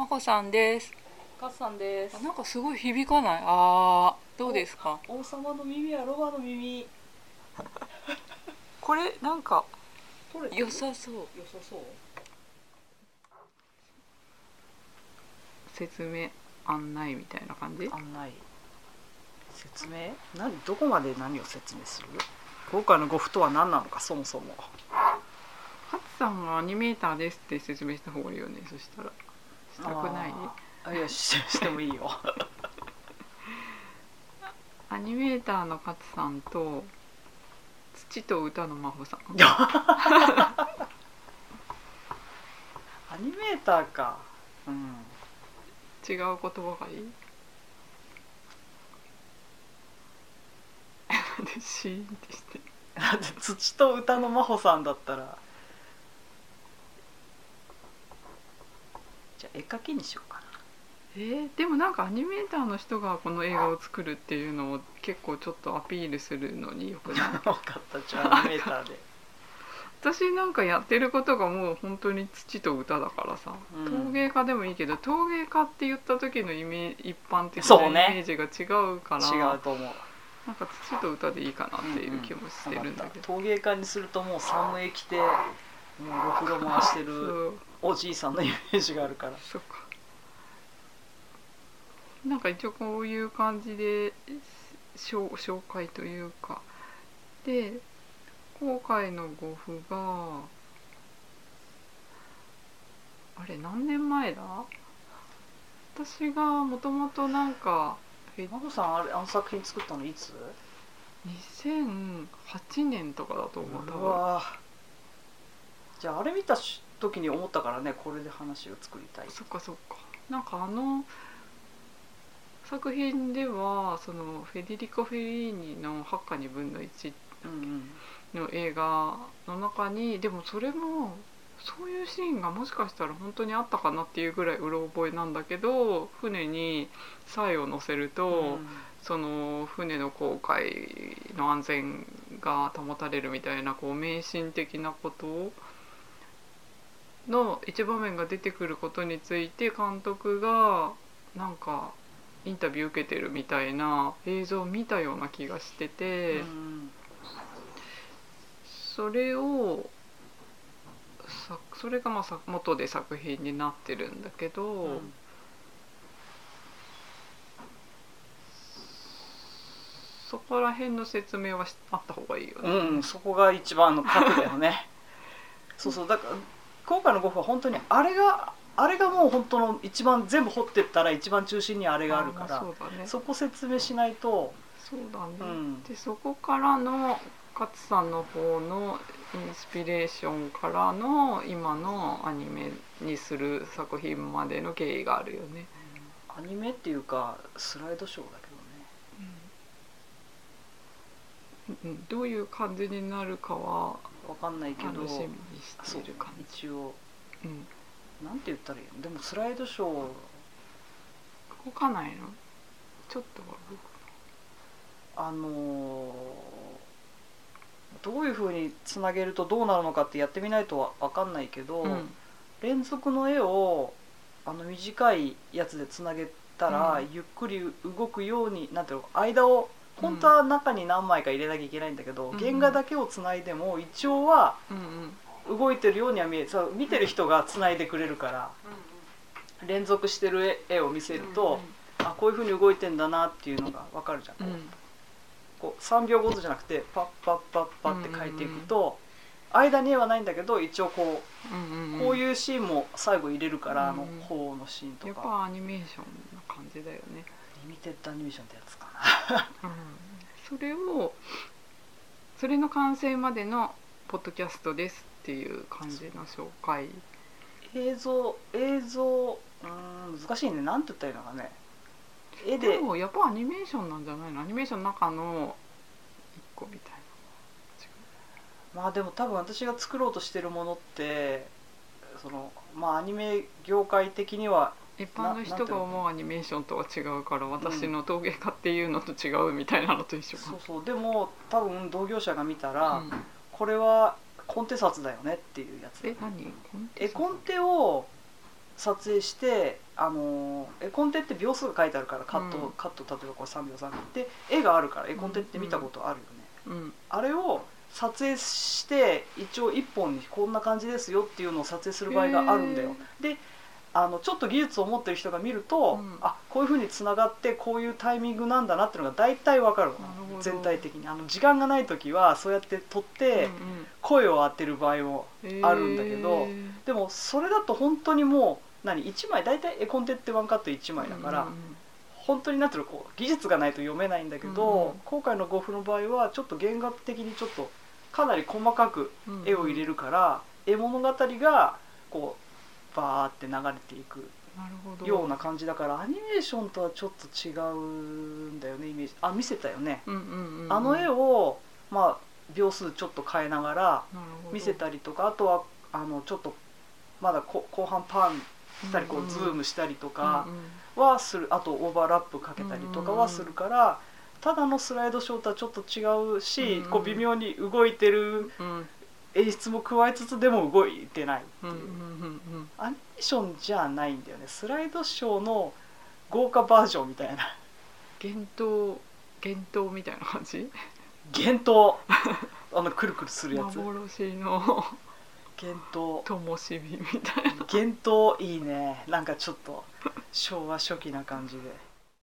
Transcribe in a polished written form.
こさんです。 カツさんです。 なんかすごい響かない。どうですか？ 王様の耳はロバの耳。 これなんか取れてる？ 良さそう。 良さそう。 説明案内みたいな感じ。 案内説明どこまで何を説明する？今回のゴフとは何なのか、そもそも。 ハツさんはアニメーターですって説明した方がいいよね。そしたらしたくない？ いや、してもいいよ。 アニメーターのカツさんと土と歌の真帆さん。 アニメーターか。 違う言葉がいい？でシーンってして。 だって土と歌の真帆さんだったら、じゃあ絵描きにしようかな。 でもなんかアニメーターの人がこの映画を作るっていうのを結構ちょっとアピールするのによくない？ 分かった、じゃあアニメーターで。 私なんかやってることがもう本当に土と歌だからさ、陶芸家でもいいけど陶芸家って言った時の一般的なイメージが違うから、 違うと思う。 なんか土と歌でいいかなっていう気もしてるんだけど、 陶芸家にするともうサムエ着てもうろくろ回してるおじいさんのイメージがあるから。 そっか。なんか一応こういう感じで紹介というかで、今回のゴフがあれ何年前だ？私がもともとなんか真帆さんあの作品作ったのいつ ？2008年とかだと思う。多分。 うわ、じゃああれ見た時に思ったからね、これで話を作りたい。 そっかそっか。なんかあの作品ではそのフェデリコ・フェリーニの「八下二分の一」の映画の中に、でもそれもそういうシーンがもしかしたら本当にあったかなっていうぐらいうろ覚えなんだけど、船にサイを乗せると、その船の航海の安全が保たれるみたいなこう迷信的なことの一場面が出てくることについて監督がなんかインタビュー受けてるみたいな映像を見たような気がしてて、それがまあ元で作品になってるんだけど、そこら辺の説明はあった方がいいよね。 そこが一番の核だよね。そうだから今回のゴフは本当にあれがもう本当の一番全部掘ってったら一番中心にあれがあるから、そこ説明しないと。 そうだね、でそこからの勝さんの方のインスピレーションからの今のアニメにする作品までの経緯があるよね。 アニメっていうかスライドショーだけどね、 どういう感じになるかは分かんないけど楽しみにしてる感じ。 一応、なんて言ったらいいの？でもスライドショー動かないの？ちょっとは動く。 どういう風につなげるとどうなるのかってやってみないと分かんないけど、連続の絵を短いやつでつなげたら、ゆっくり動くようになんていうの、間を本当は中に何枚か入れなきゃいけないんだけど、原画だけをつないでも一応は動いてるようには見える。見てる人がつないでくれるから、連続してる絵を見せると、こういう風に動いてんだなっていうのが分かるじゃん。こう3秒ごとじゃなくてパッパッパッパッって書いていくと、間に絵はないんだけど一応こういうシーンも最後入れるから、方のシーンとか。 やっぱアニメーションな感じだよね。 リミテッドアニメーションってやつかな。 それの完成までのポッドキャストですっていう感じの紹介。 映像難しいね。なんて言ったらいいのかね。 でもやっぱアニメーションなんじゃないの？アニメーションの中の一個みたいな。まあでも多分私が作ろうとしてるものってアニメ業界的には一般の人が思うアニメーションとは違うから、私の陶芸家っていうのと違うみたいなのと一緒か。 そうでも多分同業者が見たら、これはコンテ札だよねっていうやつ。 何？ 絵コンテを撮影して絵コンテって秒数が書いてあるからカット、 うんカット例えばこれ3秒3秒で絵があるから絵コンテって見たことあるよね、 うんあれを撮影して一応1本にこんな感じですよっていうのを撮影する場合があるんだよ。でちょっと技術を持ってる人が見ると、あこういう風につながってこういうタイミングなんだなっていうのが大体わかるの。全体的に時間がない時はそうやって撮って声を当てる場合もあるんだけど、でもそれだと本当にもう1枚大体絵コンテってワンカット1枚だから、本当になんていうのこう技術がないと読めないんだけど、今回の5分の場合はちょっと弦楽的にちょっとかなり細かく絵を入れるから、絵物語がこうバーって流れていくような感じだからアニメーションとはちょっと違うんだよねイメージ。見せたよね、あの絵を秒数ちょっと変えながら見せたりとか、あとはちょっとまだ後半パンしたりこうズームしたりとかはする、あとオーバーラップかけたりとかはするから、ただのスライドショーとはちょっと違うし、こう微妙に動いてる演出も加えつつでも動いてないっていうアニメーションじゃないんだよね。スライドショーの豪華バージョンみたいな。 幻灯みたいな感じ。 幻灯くるくるするやつ、 幻の幻灯灯火みたいな。 幻灯いいね。なんかちょっと昭和初期な感じで。